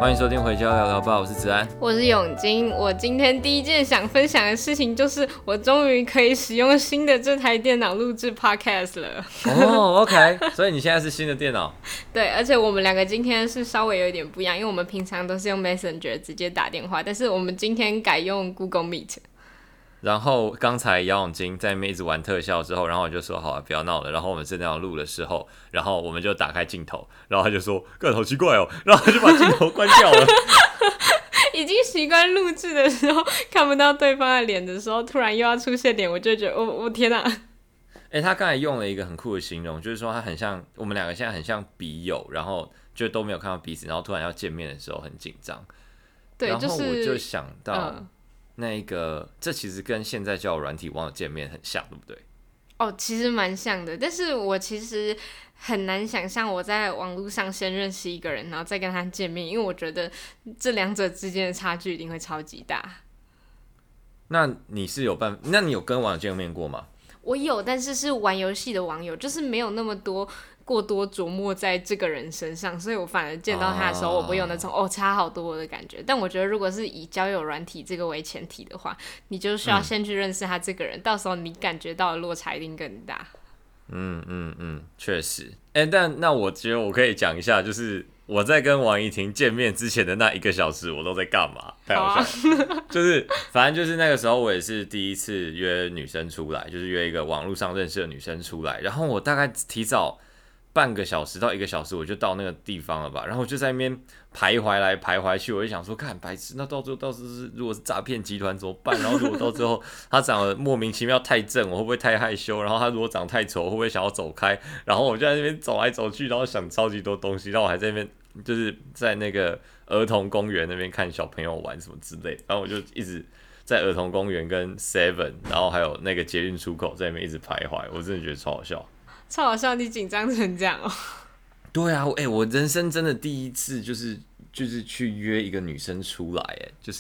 欢迎收听回家聊聊吧，我是子安， 我是永金。我今天第一件想分享的事情就是，我终于可以使用新的这台电脑录制 podcast 了。 哦，OK， 所以你现在是新的电脑？ 对，而且我们两个今天是稍微有一点不一样，因为我们平常都是用 Messenger 直接打电话，但是我们今天改用 Google Meet。 然后刚才姚永金在那边一直玩特效之后，然后我就说好了，不要闹了。然后我们真的要录的时候，然后我们就打开镜头，然后他就说：“干，好奇怪哦。”然后他就把镜头关掉了。 已经习惯录制的时候看不到对方的脸的时候，突然又要出现脸，我就觉得我天哪！ 他刚才用了一个很酷的形容，就是说他很像我们两个现在很像笔友，然后就都没有看到彼此，然后突然要见面的时候很紧张。 对， 然后我就想到。那个，这其实跟现在交友软体网友见面很像，对不对？ 哦，其实蛮像的，但是我其实很难想象我在网络上先认识一个人，然后再跟他见面，因为我觉得这两者之间的差距一定会超级大。 那你是有办法？那你有跟网友见面过吗？ 我有，但是是玩游戏的网友，就是没有那么过多琢磨在这个人身上，所以我反而见到他的时候，我不会有那种差好多的感觉。但我觉得，如果是以交友软体这个为前提的话，你就需要先去认识他这个人，到时候你感觉到的落差一定更大。 确实。但那我觉得我可以讲一下，就是我在跟王怡婷见面之前的那1个小时，我都在干嘛？太好笑了。就是反正就是那个时候，我也是第一次约女生出来，就是约一个网络上认识的女生出来，然后我大概提早半个小时到1个小时我就到那个地方了吧，然后我就在那边徘徊来徘徊去，我就想说，看白痴，那到时候如果是诈骗集团怎么办？然后如果到最后他长得莫名其妙太正，我会不会太害羞？然后他如果长得太丑，会不会想要走开？然后我就在那边走来走去，然后想超级多东西，然后我还在那边就是在那个儿童公园那边看小朋友玩什么之类的，然后我就一直在儿童公园跟 Seven， 然后还有那个捷运出口在那边一直徘徊，我真的觉得超好笑。 超好笑，你紧张成这样哦？ 对啊，我人生真的第一次就是去约一个女生出来，就是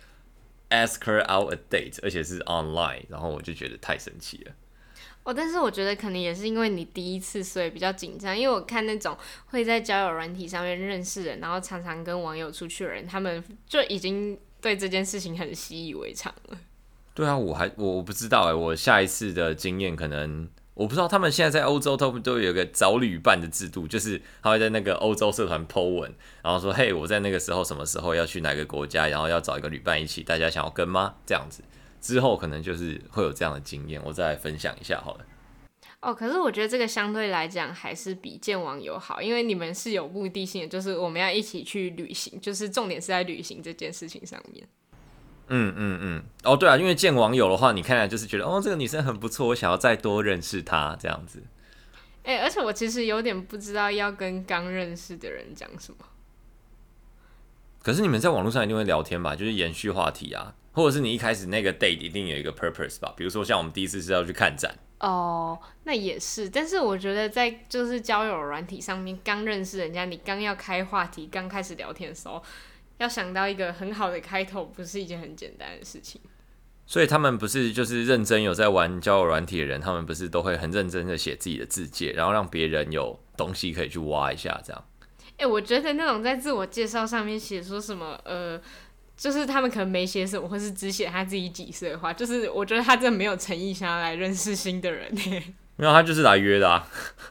ask her out a date， 而且是 online， 然后我就觉得太神奇了。 但是我觉得可能也是因为你第一次，所以比较紧张。因为我看那种会在交友软体上面认识人，然后常常跟网友出去的人，他们就已经对这件事情很习以为常了。 对啊，我不知道我下一次的经验可能。我不知道他们现在在欧洲都有一个找旅伴的制度，就是他会在那个欧洲社团 po 文，然后说，嘿，我在那个时候什么时候要去哪个国家，然后要找一个旅伴一起，大家想要跟吗？这样子之后可能就是会有这样的经验，我再来分享一下好了。 可是我觉得这个相对来讲还是比见网友好，因为你们是有目的性的，就是我们要一起去旅行，就是重点是在旅行这件事情上面。 对啊，因为见网友的话，你看来就是觉得这个女生很不错，我想要再多认识她这样子。 而且我其实有点不知道要跟刚认识的人讲什么。 可是你们在网络上一定会聊天吧？就是延续话题啊，或者是你一开始那个 date 一定有一个 purpose 吧？比如说像我们第一次是要去看展。 那也是，但是我觉得在就是交友软体上面刚认识人家，你刚要开话题，刚开始聊天的时候。要想到一个很好的开头，不是一件很简单的事情。 所以他们不是就是认真有在玩交友软体的人，他们不是都会很认真的写自己的自介，然后让别人有东西可以去挖一下，这样。 我觉得那种在自我介绍上面写说什么，就是他们可能没写什么，或是只写他自己几岁的话，就是我觉得他真的没有诚意想要来认识新的人。 没有，他就是来约的啊。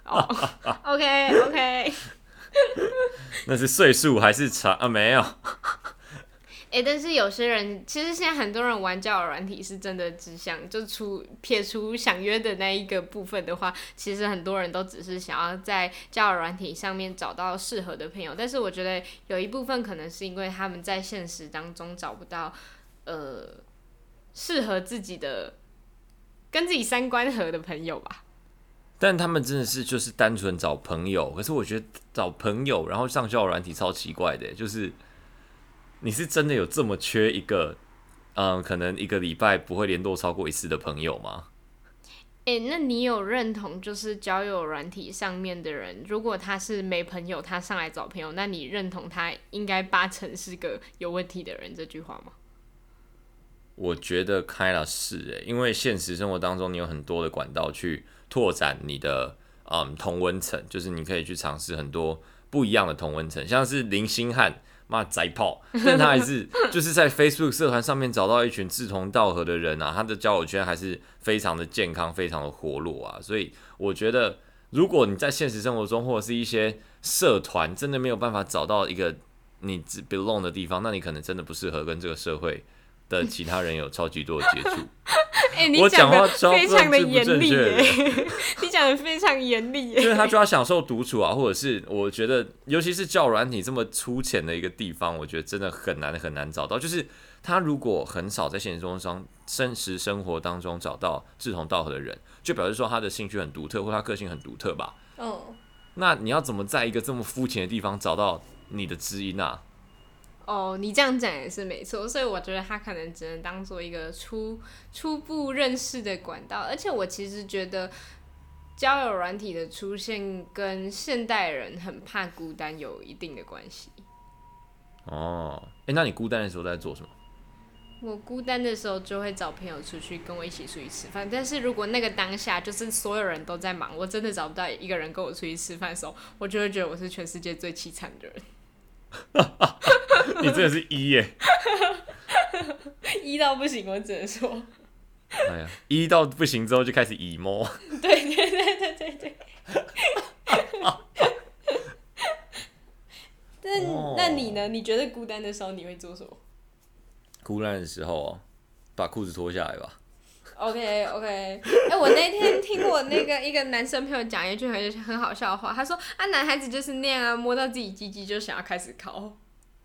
OK。 那是岁数还是长啊？没有。 但是有些人其实现在很多人玩交友软体是真的只想就撇除想约的那一个部分的话，其实很多人都只是想要在交友软体上面找到适合的朋友。但是我觉得有一部分可能是因为他们在现实当中找不到适合自己的跟自己三观合的朋友吧。 但他们真的是就是单纯找朋友，可是我觉得找朋友然后上交友软体超奇怪的，就是你是真的有这么缺一个，可能1个礼拜不会联络超过1次的朋友吗？ 那你有认同就是交友软体上面的人，如果他是没朋友，他上来找朋友，那你认同他应该80%是个有问题的人这句话吗？ 我觉得开了是因为现实生活当中你有很多的管道去拓展你的同温层，就是你可以去尝试很多不一样的同温层，像是林星汉骂宅炮，但他还是就是在 Facebook 社团上面找到一群志同道合的人啊，他的交友圈还是非常的健康，非常的活络啊。所以我觉得，如果你在现实生活中或者是一些社团真的没有办法找到一个你 belong 的地方，那你可能真的不适合跟这个社会的其他人有超级多的接触。 你讲的非常的严厉耶，你讲的非常严厉耶。 因为他就要享受独处啊，或者是我觉得，尤其是交友软体这么粗浅的一个地方，我觉得真的很难找到。就是他如果很少在现实生活当中找到志同道合的人，就表示说他的兴趣很独特，或他个性很独特吧。那你要怎么在一个这么肤浅的地方找到你的知音啊？ 你这样讲也是没错，所以我觉得他可能只能当做一个初步认识的管道，而且我其实觉得交友软体的出现跟现代人很怕孤单有一定的关系。 那你孤单的时候在做什么？ 我孤单的时候就会找朋友出去跟我一起出去吃饭，但是如果那个当下就是所有人都在忙，我真的找不到一个人跟我出去吃饭的时候，我就会觉得我是全世界最凄惨的人。 你真的是耶， 到不行，我只能说， 哎呀，到不行之后就开始emo。 对。那你呢？你觉得孤单的时候你会做什么？ 孤单的时候把裤子脱下来吧。 OK， 我那天听我那个一个男生朋友讲一句很好笑的话，他说男孩子就是那样啊，摸到自己鸡鸡就想要开始烤。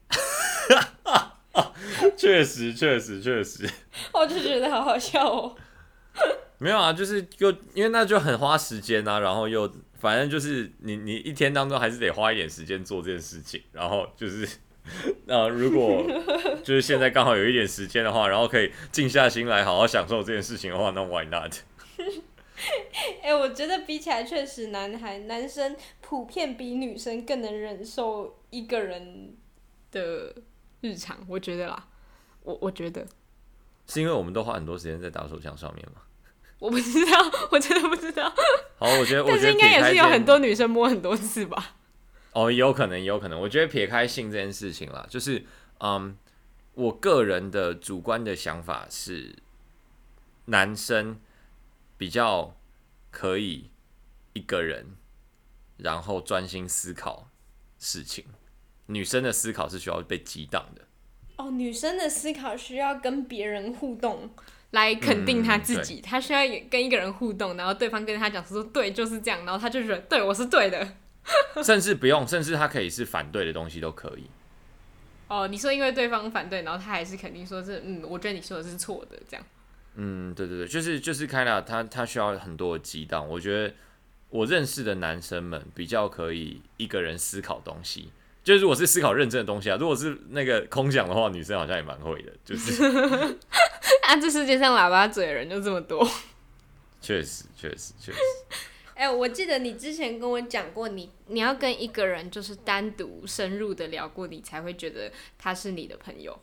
确实， 我就觉得好好笑哦。 没有啊，就是因为那就很花时间啊，然后又反正就是你一天当中还是得花一点时间做这件事情，然后就是如果就是现在刚好有一点时间的话，然后可以静下心来好好享受这件事情的话，那 why not？ 我觉得比起来，确实男生普遍比女生更能忍受一个人的日常，我觉得啦，我觉得是因为我们都花很多时间在打手枪上面吗？ 我不知道，我真的不知道。 好，我觉得但是应该也是有很多女生摸很多次吧。 有可能。我觉得撇开性这件事情啦，就是我个人的主观的想法是，男生比较可以一个人，然后专心思考事情。女生的思考是需要被激荡的。 女生的思考需要跟别人互动来肯定他自己，他需要跟一个人互动，然后对方跟他讲说对就是这样，然后他就觉得对我是对的。 甚至不用，甚至他可以是反对的东西都可以。 你说因为对方反对，然后他还是肯定说是我觉得你说的是错的这样。 对，就是开了他需要很多的激荡。我觉得我认识的男生们比较可以一个人思考东西，就是如果是思考认真的东西啊，如果是那个空想的话，女生好像也蛮会的，就是这世界上喇叭嘴的人就这么多。 确实。 我记得你之前跟我讲过，你要跟一个人就是单独深入的聊过，你才会觉得他是你的朋友。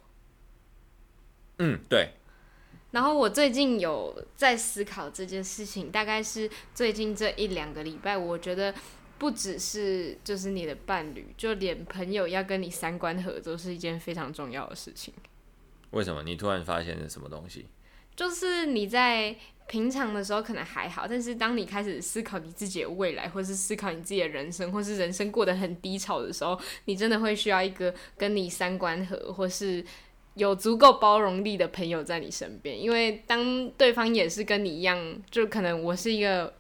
对。 然后我最近有在思考这件事情，大概是最近这1-2个礼拜，我觉得不只是就是你的伴侣，就连朋友要跟你三观合都是一件非常重要的事情。 为什么？你突然发现了什么东西？ 就是你在平常的时候可能还好，但是当你开始思考你自己的未来，或是思考你自己的人生，或是人生过得很低潮的时候，你真的会需要一个跟你三观合，或是有足够包容力的朋友在你身边。因为当对方也是跟你一样，就可能我是一个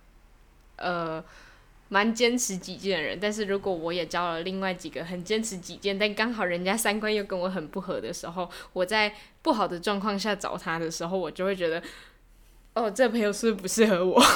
蛮坚持己见的人，但是如果我也交了另外几个很坚持己见，但刚好人家三观又跟我很不合的时候，我在不好的状况下找他的时候，我就会觉得这朋友是不是不适合我？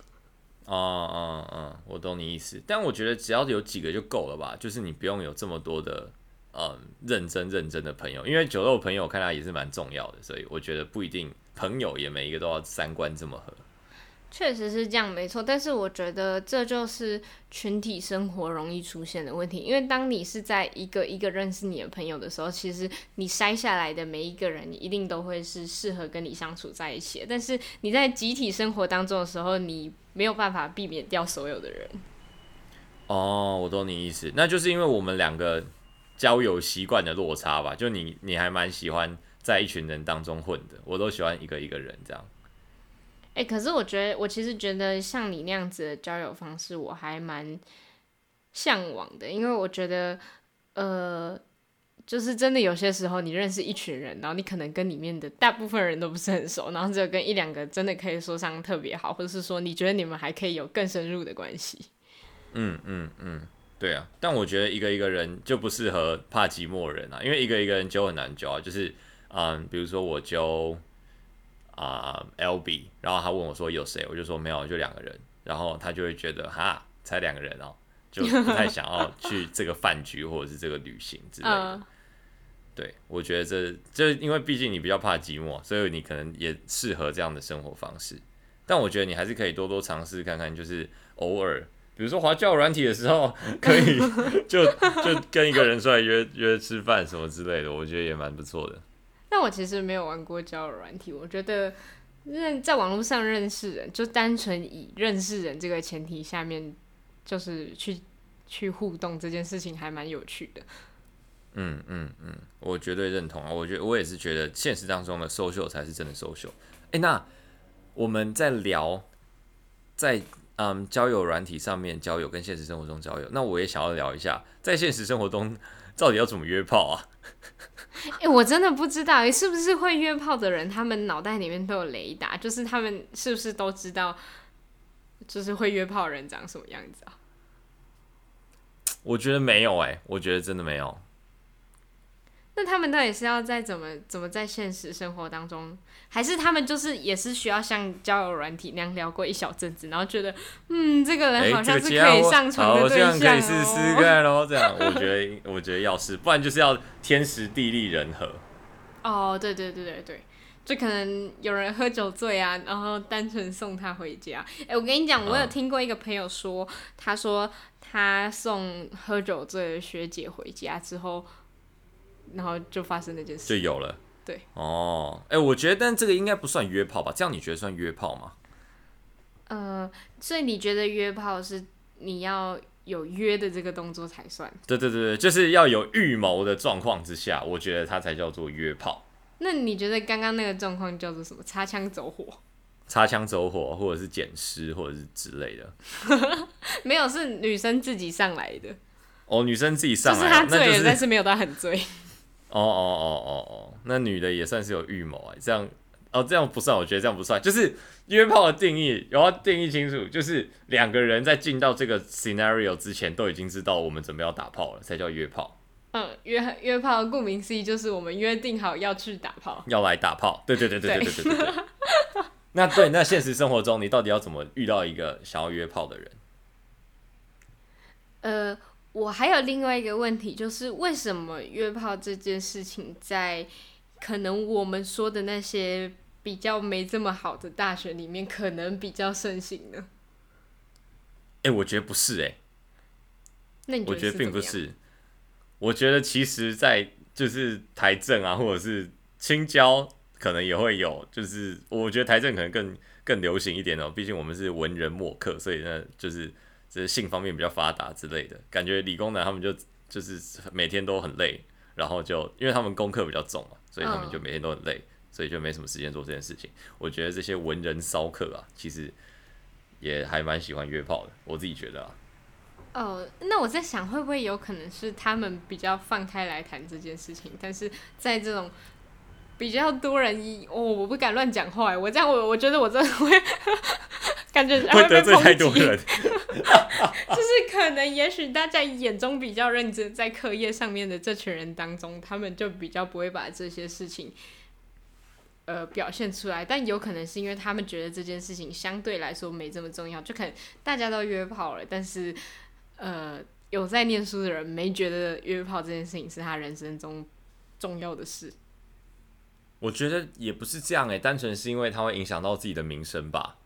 我懂你意思，但我觉得只要有几个就够了吧，就是你不用有这么多的认真的朋友，因为酒肉朋友看来也是蛮重要的，所以我觉得不一定朋友也每一个都要三观这么合。 确实是这样，没错。但是我觉得这就是群体生活容易出现的问题，因为当你是在一个一个认识你的朋友的时候，其实你筛下来的每一个人，你一定都会是适合跟你相处在一起的。但是你在集体生活当中的时候，你没有办法避免掉所有的人。 我懂你意思，那就是因为我们两个交友习惯的落差吧，就你还蛮喜欢在一群人当中混的，我都喜欢一个一个人这样。 可是我其实觉得像你那样子的交友方式，我还蛮向往的，因为我觉得，就是真的有些时候你认识一群人，然后你可能跟里面的大部分人都不是很熟，然后只有跟一两个真的可以说上特别好，或者是说你觉得你们还可以有更深入的关系。 对啊，但我觉得一个一个人就不适合怕寂寞人啊，因为一个一个人揪很难揪啊。就是比如说我揪LB， 然后他问我说有谁，我就说没有，就2个人，然后他就会觉得哈，才2个人哦，就不太想要去这个饭局或者是这个旅行之类的。对，我觉得这因为毕竟你比较怕寂寞，所以你可能也适合这样的生活方式。但我觉得你还是可以多多尝试看看，就是偶尔，比如说滑交友软体的时候，可以就跟一个人出来约吃饭什么之类的，我觉得也蛮不错的。 但我其实没有玩过交友软体，我觉得在网络上认识人，就单纯以认识人这个前提下面，就是去互动这件事情还蛮有趣的。 我绝对认同啊！我也是觉得现实当中的 social 才是真的 social。那我们在聊在交友软体上面交友跟现实生活中交友，那我也想要聊一下，在现实生活中到底要怎么约炮啊？ 我真的不知道，是不是会约炮的人，他们脑袋里面都有雷达，就是他们是不是都知道，就是会约炮的人长什么样子啊？ 我觉得没有我觉得真的没有。 那他们到底是要怎么在现实生活当中，还是他们就是也是需要像交友软体那样聊过一小阵子，然后觉得这个人好像是可以上床的对象我这样可以试试看咯。这样我觉得要试，不然就是要天时地利人和。 对，就可能有人喝酒醉啊，然后单纯送他回家。我跟你讲，我有听过一个朋友说，他说他送喝酒醉的学姐回家之后，然后就发生那件事， 就有了。 对， 我觉得，但这个应该不算约炮吧？这样你觉得算约炮吗？ 所以你觉得约炮是你要有约的这个动作才算？ 对，就是要有预谋的状况之下，我觉得它才叫做约炮。 那你觉得刚刚那个状况叫做什么？擦枪走火？ 擦枪走火，或者是捡尸，或者是之类的。 没有，是女生自己上来的。 女生自己上来， 就是她醉了，但是没有到很醉。 那女的也算是有预谋这样这样不算，我觉得这样不算。就是约炮的定义，有要定义清楚，就是2个人在进到这个 scenario 之前，都已经知道我们准备要打炮了，才叫约炮。 约炮顾名思义就是我们约定好要去打炮， 要来打炮。对。那现实生活中，你到底要怎么遇到一个想要约炮的人？我还有另外一个问题，就是为什么约炮这件事情在可能我们说的那些比较没这么好的大学里面，可能比较盛行呢？ 我觉得不是那你觉得是怎么样？ 我觉得并不是。我觉得其实，在就是台政啊，或者是清交，可能也会有。就是我觉得台政可能更流行一点毕竟我们是文人墨客，所以呢，就是性方面比较发达之类的。感觉理工男他们就是每天都很累，然后就因为他们功课比较重嘛，所以他们就每天都很累，所以就没什么时间做这件事情。我觉得这些文人骚客啊，其实也还蛮喜欢约炮的，我自己觉得啊。 那我在想，会不会有可能是他们比较放开来谈这件事情，但是在这种比较多人我不敢乱讲话，我这样我觉得我真的会感觉会得罪太多人， 就是可能也许大家眼中比较认真在课业上面的这群人当中，他们就比较不会把这些事情表现出来，但有可能是因为他们觉得这件事情相对来说没这么重要，就可能大家都约炮了，但是有在念书的人没觉得约炮这件事情是他人生中重要的事。 我觉得也不是这样单纯是因为它会影响到自己的名声吧。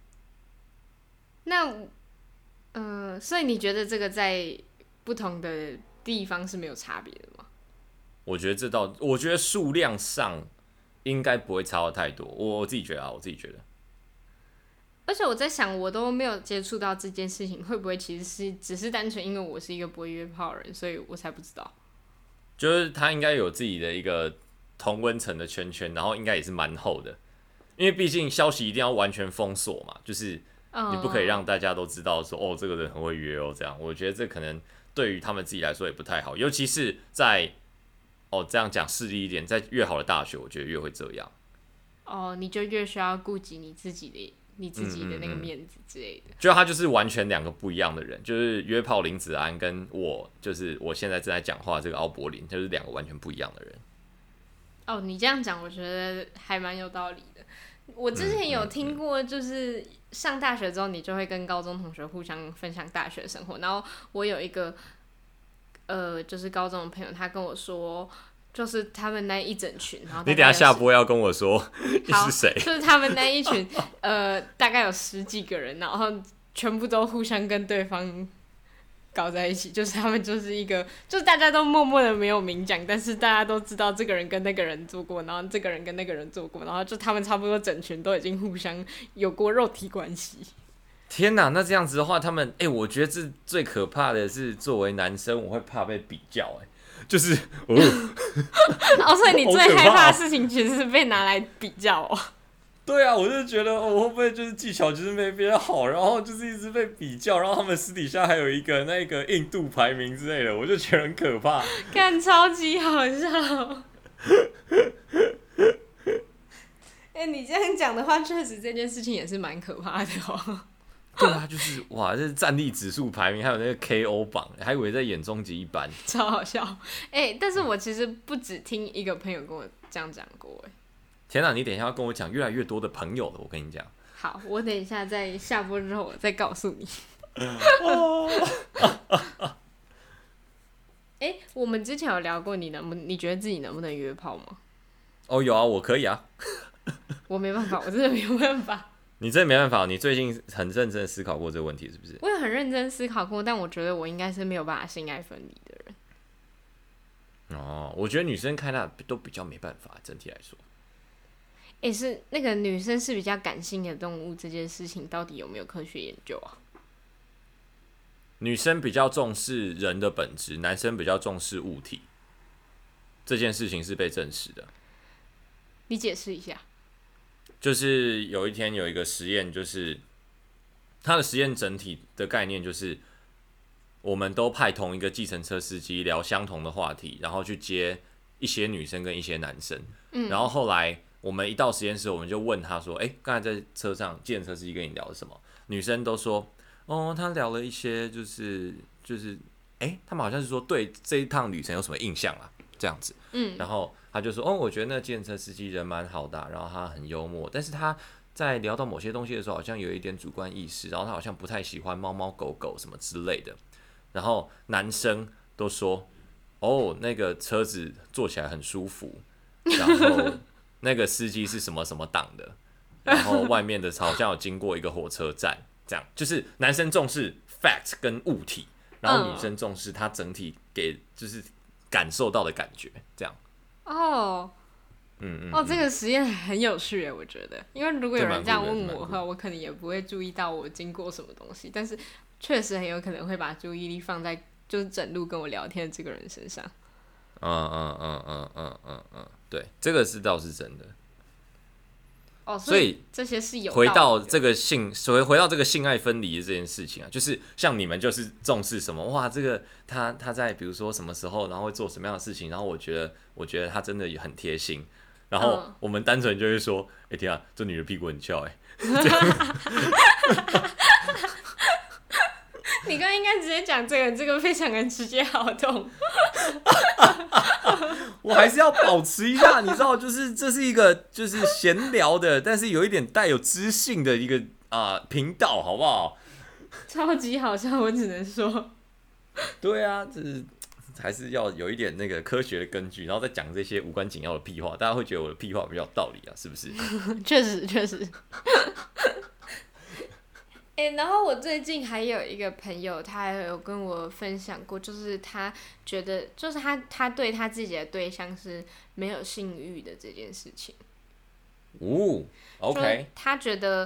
那所以你觉得这个在不同的地方是没有差别的吗？ 我觉得数量上应该不会差到太多，我自己觉得我自己觉得。 而且我在想，我都没有接触到这件事情，会不会其实是只是单纯因为我是一个不会约炮的人，所以我才不知道。 就是他应该有自己的一个同温层的圈圈，然后应该也是蛮厚的，因为毕竟消息一定要完全封锁嘛，就是你不可以让大家都知道说哦这个人很会约哦这样，我觉得这可能对于他们自己来说也不太好，尤其是在这样讲势利一点，在越好的大学，我觉得越会这样。 你就越需要顾及你自己的那个面子之类的。 就他就是完全两个不一样的人，就是约炮林子安跟我，就是我现在正在讲话这个奥柏林，就是两个完全不一样的人。 你这样讲，我觉得还蛮有道理的。我之前有听过，就是上大学之后，你就会跟高中同学互相分享大学生活。然后我有一个就是高中的朋友，他跟我说，就是他们那一整群，然后你等一下下播要跟我说是谁？ 就是他们那一群，大概有10几个人，然后全部都互相跟对方搞在一起，就是他们就是一个，就是大家都默默的没有明讲，但是大家都知道这个人跟那个人做过，然后这个人跟那个人做过，然后就他们差不多整群都已经互相有过肉体关系。 天哪，那这样子的话，他们我觉得这最可怕的是，作为男生，我会怕被比较，就是所以你最害怕的事情其实是被拿来比较哦。 对啊，我就觉得我会不会就是技巧就是没别人好，然后就是一直被比较，然后他们私底下还有一个那个印度排名之类的，我就觉得很可怕。 看超级好笑。你这样讲的话，确实这件事情也是蛮可怕的哦。 对啊，就是哇，这是战力指数排名，还有那个 KO 榜，还以为在演终极一班， 超好笑。但是我其实不只听一个朋友跟我这样讲过。 天哪，你等一下要跟我讲越来越多的朋友了，我跟你讲。 好，我等一下在下播之后我再告诉你。我们之前有聊过你觉得自己能不能约炮吗？ 有啊，我可以啊。 我没办法，我真的没有办法。 你真的没办法，你最近很认真的思考过这个问题是不是？ 我也很认真思考过，但我觉得我应该是没有办法性爱分离的人。 我觉得女生看那都比较没办法，整体来说。 是那个女生是比较感性的动物，这件事情到底有没有科学研究啊？ 女生比较重视人的本质，男生比较重视物体，这件事情是被证实的。 你解释一下。 就是有一天有一个实验，就是它的实验整体的概念就是，我们都派同一个计程车司机聊相同的话题，然后去接一些女生跟一些男生。然后后来我们一到实验室，我们就问他说：“刚才在车上，计程车司机跟你聊了什么？”女生都说：“他聊了一些，就是他们好像是说对这一趟旅程有什么印象啊，这样子。”然后他就说：“我觉得那计程车司机人蛮好的然后他很幽默，但是他在聊到某些东西的时候，好像有一点主观意识，然后他好像不太喜欢猫猫狗狗什么之类的。”然后男生都说：“那个车子坐起来很舒服，然后那个司机是什么什么党的，然后外面的好像有经过一个火车站，这样就是男生重视 fact 跟物体，然后女生重视他整体给就是感受到的感觉，这样。” 这个实验很有趣耶，我觉得，因为如果有人这样问我的话，我可能也不会注意到我经过什么东西，但是确实很有可能会把注意力放在就是整路跟我聊天的这个人身上。 对，这个是倒是真的。 所以这些是有回到这个回到这个性爱分离的这件事情啊，就是像你们就是重视什么哇，这个他在比如说什么时候，然后会做什么样的事情，然后我觉得他真的也很贴心，然后我们单纯就会说，天啊，这女的屁股很翘你刚刚应该直接讲这个非常的直接好痛。 我还是要保持一下，你知道，就是这是一个就是闲聊的，但是有一点带有知性的一个频道，好不好？ 超级好笑，我只能说。 对啊，就是还是要有一点那个科学的根据，然后再讲这些无关紧要的屁话，大家会觉得我的屁话比较有道理啊，是不是？ 确实。然后我最近还有一个朋友，他有跟我分享过，就是他觉得，就是他对他自己的对象是没有性欲的这件事情。 OK。 他觉得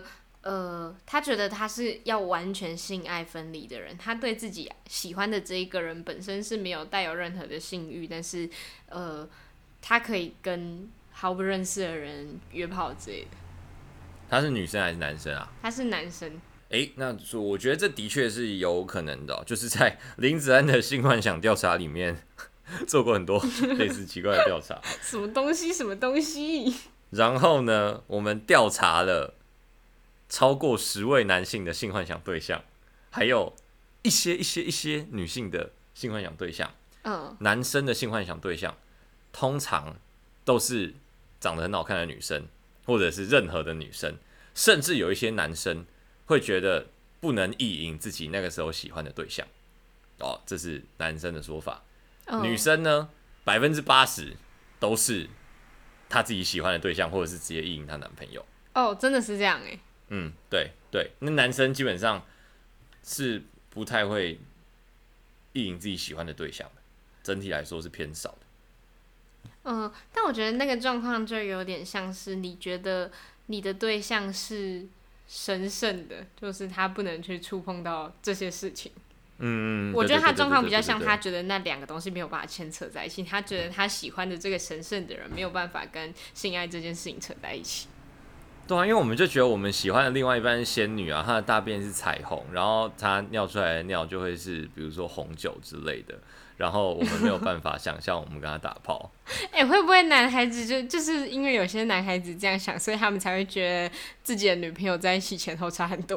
他觉得他是要完全性爱分离的人，他对自己喜欢的这一个人本身是没有带有任何的性欲，但是他可以跟毫不认识的人约炮之类的。 他是女生还是男生啊？ 他是男生。 那我觉得这的确是有可能的就是在林子安的性幻想调查里面做过很多类似奇怪的调查。 什么东西？什么东西？ 然后呢，我们调查了超过10位男性的性幻想对象，还有一些女性的性幻想对象。男生的性幻想对象通常都是长得很好看的女生，或者是任何的女生，甚至有一些男生会觉得不能意淫自己那个时候喜欢的对象。这是男生的说法。女生呢，80%都是她自己喜欢的对象，或者是直接意淫她男朋友。 真的是这样对，那男生基本上是不太会意淫自己喜欢的对象的，整体来说是偏少的。 但我觉得那个状况就有点像是你觉得你的对象是神圣的，就是他不能去触碰到这些事情。我觉得他状况比较像他觉得那两个东西没有办法牵扯在一起，他觉得他喜欢的这个神圣的人没有办法跟性爱这件事情扯在一起。 对啊，因为我们就觉得我们喜欢的另外一半是仙女啊，她的大便是彩虹，然后她尿出来的尿就会是比如说红酒之类的，然后我们没有办法想象我们跟她打炮。 会不会男孩子就是因为有些男孩子这样想，所以他们才会觉得自己的女朋友在一起前后差很多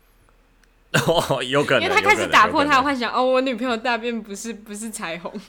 有可能， 因为他开始打破他的幻想。我女朋友大便不是彩虹。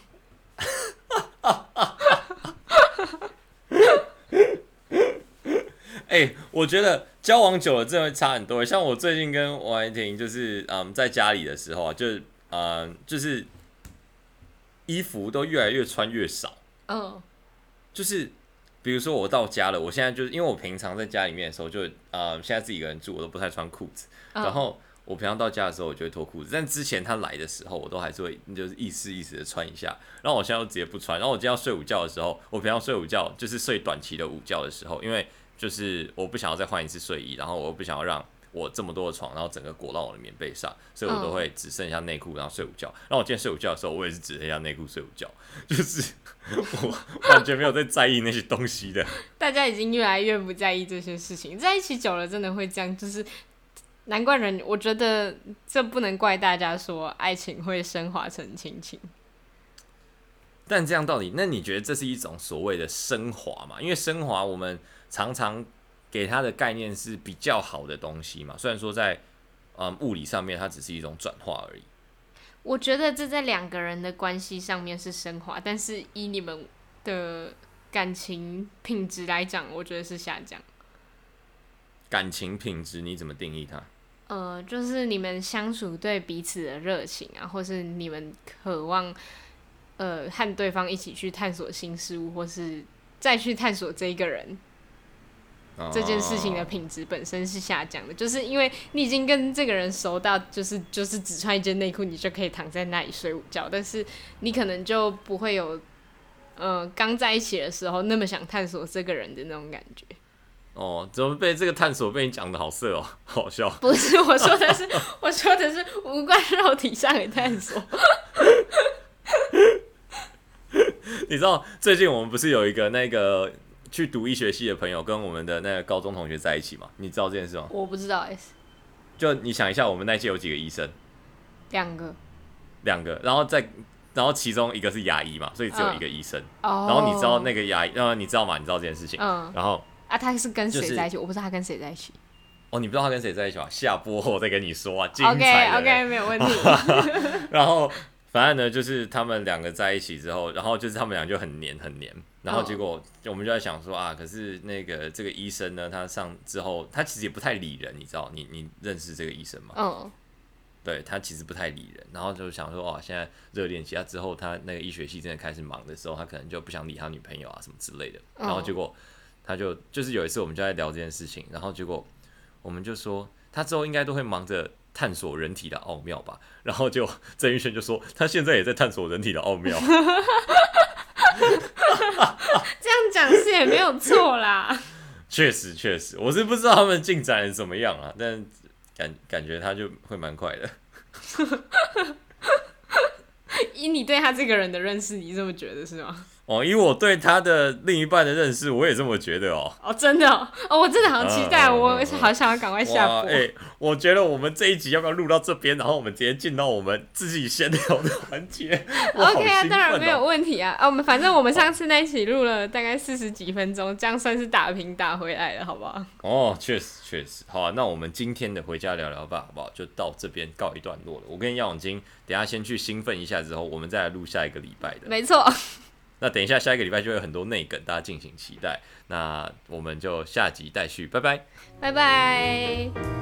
我觉得交往久了真的会差很多。像我最近跟王一婷就是在家里的时候就是衣服都越来越穿越少。就是比如说我到家了，我现在就是因为我平常在家里面的时候就现在自己一个人住，我都不太穿裤子。然后我平常到家的时候我就会脱裤子，但之前他来的时候我都还是会就是意识的穿一下。然后我现在就直接不穿。然后我今天要睡午觉的时候，我平常睡午觉就是睡短期的午觉的时候，因为就是我不想要再换一次睡衣，然后我不想要让我这么多的床，然后整个裹到我的棉被上，所以我都会只剩下内裤然后睡午觉。然后我今天睡午觉的时候，我也是只剩下内裤睡午觉，就是我完全没有在在意那些东西的。 大家已经越来越不在意这些事情，在一起久了真的会这样，就是难怪人，我觉得这不能怪大家说爱情会升华成亲情。 但这样到底，那你觉得这是一种所谓的升华吗？因为升华我们常常给它的概念是比较好的东西嘛，虽然说在物理上面它只是一种转化而已。 我觉得这在两个人的关系上面是升华，但是以你们的感情品质来讲，我觉得是下降。 感情品质你怎么定义它？ 就是你们相处对彼此的热情啊，或是你们渴望和对方一起去探索新事物，或是再去探索这一个人。这件事情的品质本身是下降的，就是因为你已经跟这个人熟到，就是只穿一件内裤，你就可以躺在那里睡午觉，但是你可能就不会有刚在一起的时候那么想探索这个人的那种感觉。 怎么被这个探索被你讲的好色好笑。 不是，我说的是无关肉体上的探索。 你知道最近我们不是有一个那个去读医学系的朋友跟我们的那个高中同学在一起吗？你知道这件事吗？ 我不知道就你想一下，我们那届有几个医生？2个，然后其中一个是牙医嘛，所以只有一个医生。然后你知道那个牙医，你知道吗？你知道这件事情？然后他是跟谁在一起？我不知道他跟谁在一起。 你不知道他跟谁在一起吗？下播后再跟你说啊，精彩的。 OK， 没有问题。 然后反正呢，就是他们两个在一起之后，然后就是他们俩就很黏，然后结果我们就在想说可是那个这个医生呢，他上之后，他其实也不太理人，你知道？你认识这个医生吗？对，他其实不太理人，然后就想说现在热恋期，之后他那个医学系真的开始忙的时候，他可能就不想理他女朋友啊什么之类的，然后结果他就是有一次我们就在聊这件事情，然后结果我们就说他之后应该都会忙着探索人体的奥妙吧，然后就郑玉轩就说他现在也在探索人体的奥妙。 这样讲是也没有错啦。 确实确实，我是不知道他们进展怎么样啊，但感觉他就会蛮快的。 以你对他这个人的认识，你这么觉得是吗？ 哦，以我对他的另一半的认识，我也这么觉得哦。 哦，真的哦，我真的好期待，我好想要赶快下播。 我觉得我们这一集要不要录到这边，然后我们直接进到我们自己闲聊的环节 ？OK 啊，当然没有问题啊。反正我们上次那一起录了大概40几分钟，这样算是打平打回来了，好不好？ 哦，确实，好啊，那我们今天的回家聊聊吧，好不好？就到这边告一段落了。我跟杨永金等一下先去兴奋一下，之后我们再来录下一个礼拜的。 没错。 那等一下，下一个礼拜就会有很多内梗，大家敬请期待。那我们就下集待续，拜拜， 拜拜。